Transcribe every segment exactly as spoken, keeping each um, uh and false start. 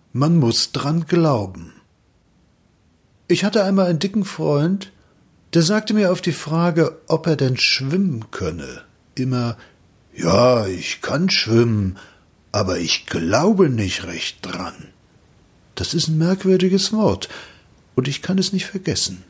Man muss dran glauben. Ich hatte einmal einen dicken Freund, der sagte mir auf die Frage, ob er denn schwimmen könne, immer, ja, ich kann schwimmen, aber ich glaube nicht recht dran. Das ist ein merkwürdiges Wort, und ich kann es nicht vergessen.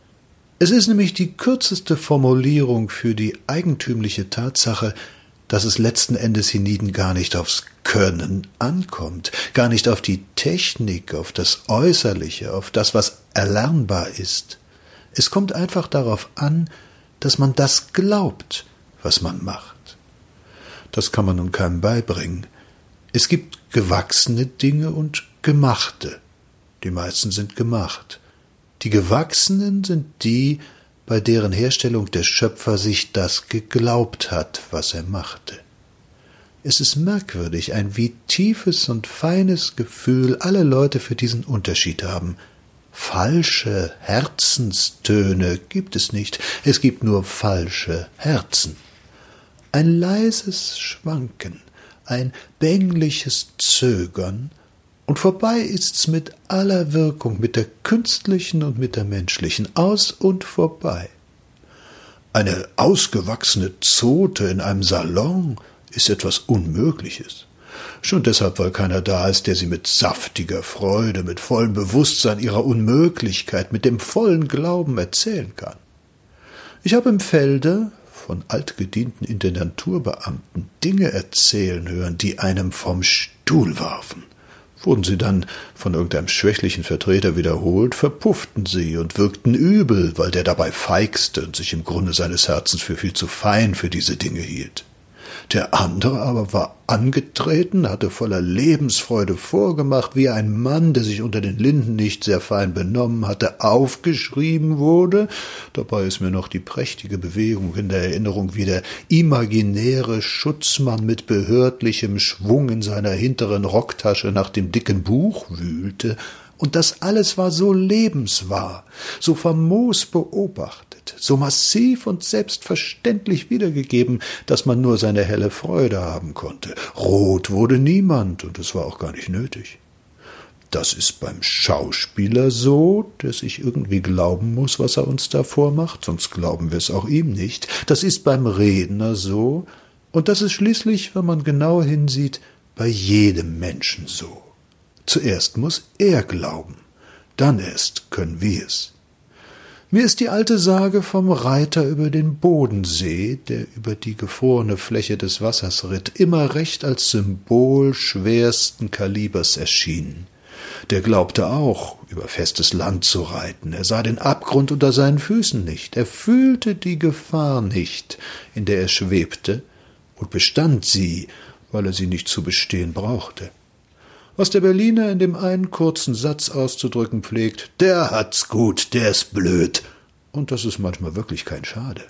Es ist nämlich die kürzeste Formulierung für die eigentümliche Tatsache, dass es letzten Endes hienieden gar nicht aufs Können ankommt, gar nicht auf die Technik, auf das Äußerliche, auf das, was erlernbar ist. Es kommt einfach darauf an, dass man das glaubt, was man macht. Das kann man nun keinem beibringen. Es gibt gewachsene Dinge und gemachte. Die meisten sind gemacht. Die gewachsenen sind die, bei deren Herstellung der Schöpfer sich das geglaubt hat, was er machte. Es ist merkwürdig, ein wie tiefes und feines Gefühl alle Leute für diesen Unterschied haben. Falsche Herzenstöne gibt es nicht, es gibt nur falsche Herzen. Ein leises Schwanken, ein bängliches Zögern, und vorbei ist's mit aller Wirkung, mit der künstlichen und mit der menschlichen, aus und vorbei. Eine ausgewachsene Zote in einem Salon ist etwas Unmögliches. Schon deshalb, weil keiner da ist, der sie mit saftiger Freude, mit vollem Bewusstsein ihrer Unmöglichkeit, mit dem vollen Glauben erzählen kann. Ich habe im Felde von altgedienten Intendanturbeamten Dinge erzählen hören, die einem vom Stuhl warfen. Wurden sie dann von irgendeinem schwächlichen Vertreter wiederholt, verpufften sie und wirkten übel, weil der dabei feigste und sich im Grunde seines Herzens für viel zu fein für diese Dinge hielt. Der andere aber war angetreten, hatte voller Lebensfreude vorgemacht, wie ein Mann, der sich unter den Linden nicht sehr fein benommen hatte, aufgeschrieben wurde. Dabei ist mir noch die prächtige Bewegung in der Erinnerung, wie der imaginäre Schutzmann mit behördlichem Schwung in seiner hinteren Rocktasche nach dem dicken Buch wühlte. Und das alles war so lebenswahr, so famos beobachtet, so massiv und selbstverständlich wiedergegeben, dass man nur seine helle Freude haben konnte. Rot wurde niemand, und es war auch gar nicht nötig. Das ist beim Schauspieler so, der sich irgendwie glauben muss, was er uns da vormacht, sonst glauben wir es auch ihm nicht. Das ist beim Redner so, und das ist schließlich, wenn man genau hinsieht, bei jedem Menschen so. Zuerst muss er glauben, dann erst können wir's. Mir ist die alte Sage vom Reiter über den Bodensee, der über die gefrorene Fläche des Wassers ritt, immer recht als Symbol schwersten Kalibers erschienen. Der glaubte auch, über festes Land zu reiten. Er sah den Abgrund unter seinen Füßen nicht. Er fühlte die Gefahr nicht, in der er schwebte, und bestand sie, weil er sie nicht zu bestehen brauchte. Was der Berliner in dem einen kurzen Satz auszudrücken pflegt, der hat's gut, der ist blöd. Und das ist manchmal wirklich kein Schade.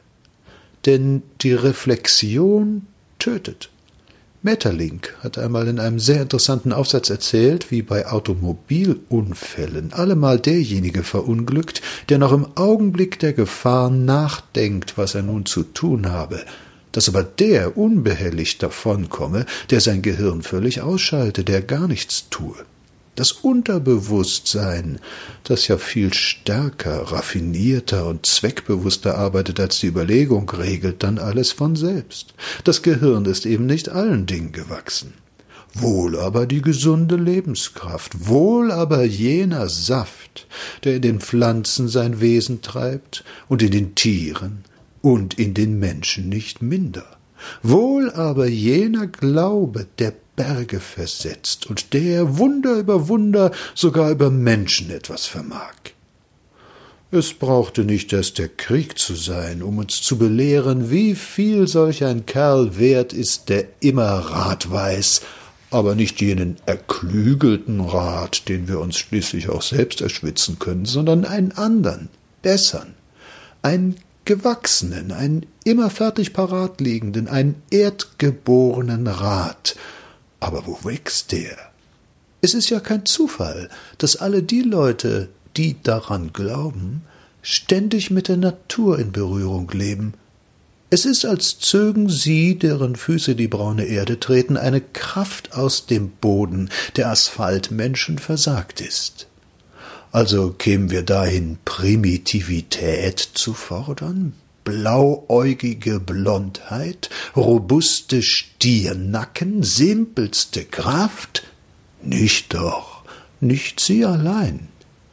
Denn die Reflexion tötet. Maeterlinck hat einmal in einem sehr interessanten Aufsatz erzählt, wie bei Automobilunfällen allemal derjenige verunglückt, der noch im Augenblick der Gefahr nachdenkt, was er nun zu tun habe, dass aber der unbehelligt davonkomme, der sein Gehirn völlig ausschalte, der gar nichts tue. Das Unterbewusstsein, das ja viel stärker, raffinierter und zweckbewusster arbeitet als die Überlegung, regelt dann alles von selbst. Das Gehirn ist eben nicht allen Dingen gewachsen. Wohl aber die gesunde Lebenskraft, wohl aber jener Saft, der in den Pflanzen sein Wesen treibt und in den Tieren und in den Menschen nicht minder. Wohl aber jener Glaube, der Berge versetzt und der Wunder über Wunder sogar über Menschen etwas vermag. Es brauchte nicht erst der Krieg zu sein, um uns zu belehren, wie viel solch ein Kerl wert ist, der immer Rat weiß, aber nicht jenen erklügelten Rat, den wir uns schließlich auch selbst erschwitzen können, sondern einen anderen, bessern, einen gewachsenen, einen immer fertig parat liegenden, einen erdgeborenen Rat. Aber wo wächst der? Es ist ja kein Zufall, dass alle die Leute, die daran glauben, ständig mit der Natur in Berührung leben. Es ist, als zögen sie, deren Füße die braune Erde treten, eine Kraft aus dem Boden, der Asphalt Menschen versagt ist. Also kämen wir dahin, Primitivität zu fordern, blauäugige Blondheit, robuste Stiernacken, simpelste Kraft? Nicht doch, nicht sie allein.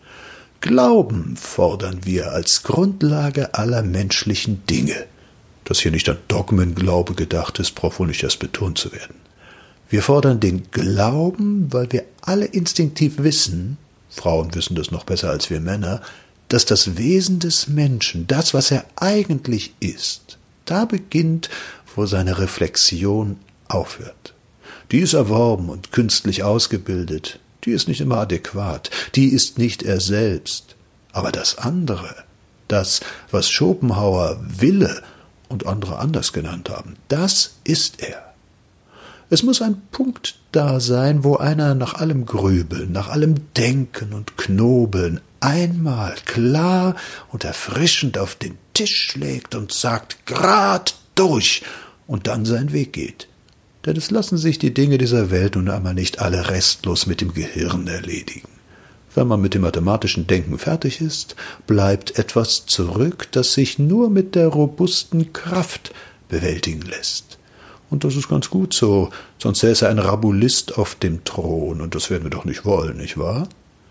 Glauben fordern wir als Grundlage aller menschlichen Dinge. Dass hier nicht an Dogmenglaube gedacht ist, braucht wohl nicht erst betont zu werden. Wir fordern den Glauben, weil wir alle instinktiv wissen, Frauen wissen das noch besser als wir Männer, dass das Wesen des Menschen, das, was er eigentlich ist, da beginnt, wo seine Reflexion aufhört. Die ist erworben und künstlich ausgebildet, die ist nicht immer adäquat, die ist nicht er selbst. Aber das andere, das, was Schopenhauer Wille und andere anders genannt haben, das ist er. Es muss ein Punkt da sein, wo einer nach allem Grübeln, nach allem Denken und Knobeln einmal klar und erfrischend auf den Tisch schlägt und sagt, grad durch, und dann seinen Weg geht. Denn es lassen sich die Dinge dieser Welt nun einmal nicht alle restlos mit dem Gehirn erledigen. Wenn man mit dem mathematischen Denken fertig ist, bleibt etwas zurück, das sich nur mit der robusten Kraft bewältigen lässt. Und das ist ganz gut so, sonst säße ein Rabulist auf dem Thron, und das werden wir doch nicht wollen, nicht wahr?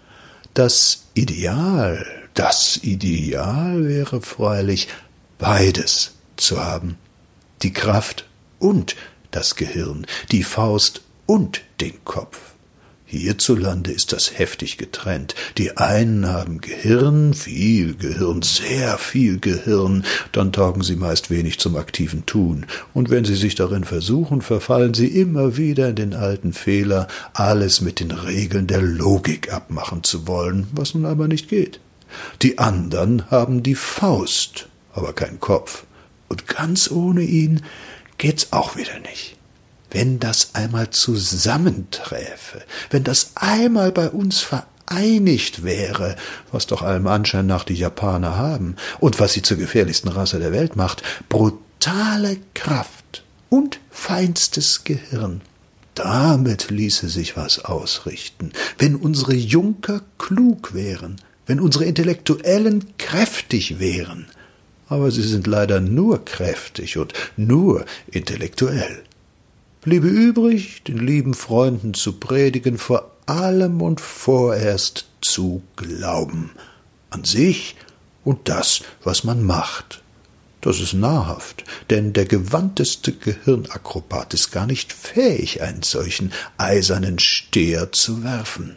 Das Ideal, das Ideal wäre freilich, beides zu haben. Die Kraft und das Gehirn, die Faust und den Kopf. Hierzulande ist das heftig getrennt. Die einen haben Gehirn, viel Gehirn, sehr viel Gehirn, dann taugen sie meist wenig zum aktiven Tun. Und wenn sie sich darin versuchen, verfallen sie immer wieder in den alten Fehler, alles mit den Regeln der Logik abmachen zu wollen, was nun aber nicht geht. Die anderen haben die Faust, aber keinen Kopf. Und ganz ohne ihn geht's auch wieder nicht. Wenn das einmal zusammenträfe, wenn das einmal bei uns vereinigt wäre, was doch allem Anschein nach die Japaner haben und was sie zur gefährlichsten Rasse der Welt macht, brutale Kraft und feinstes Gehirn, damit ließe sich was ausrichten. Wenn unsere Junker klug wären, wenn unsere Intellektuellen kräftig wären, aber sie sind leider nur kräftig und nur intellektuell. Bliebe übrig, den lieben Freunden zu predigen, vor allem und vorerst zu glauben. An sich und das, was man macht. Das ist nahrhaft, denn der gewandteste Gehirnakrobat ist gar nicht fähig, einen solchen eisernen Steher zu werfen.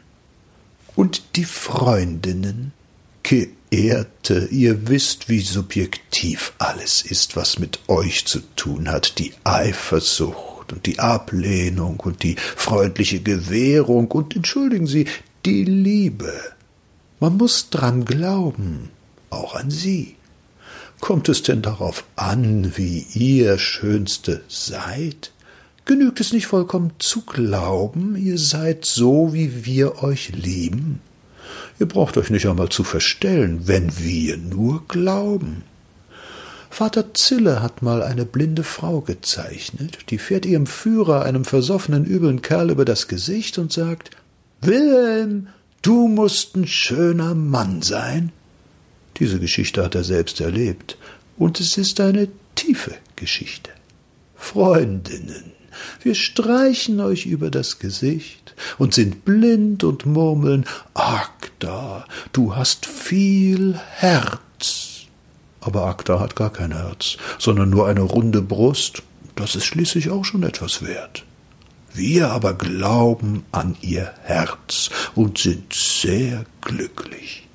Und die Freundinnen, Geehrte, ihr wisst, wie subjektiv alles ist, was mit euch zu tun hat, die Eifersucht und die Ablehnung und die freundliche Gewährung und, entschuldigen Sie, die Liebe. Man muss dran glauben, auch an sie. Kommt es denn darauf an, wie ihr Schönste seid? Genügt es nicht vollkommen zu glauben, ihr seid so, wie wir euch lieben? Ihr braucht euch nicht einmal zu verstellen, wenn wir nur glauben. Vater Zille hat mal eine blinde Frau gezeichnet, die fährt ihrem Führer, einem versoffenen, üblen Kerl, über das Gesicht und sagt, »Wilhelm, du musst ein schöner Mann sein.« Diese Geschichte hat er selbst erlebt, und es ist eine tiefe Geschichte. Freundinnen, wir streichen euch über das Gesicht und sind blind und murmeln, »Agda, du hast viel Herz.« Aber Agda hat gar kein Herz, sondern nur eine runde Brust. Das ist schließlich auch schon etwas wert. Wir aber glauben an ihr Herz und sind sehr glücklich.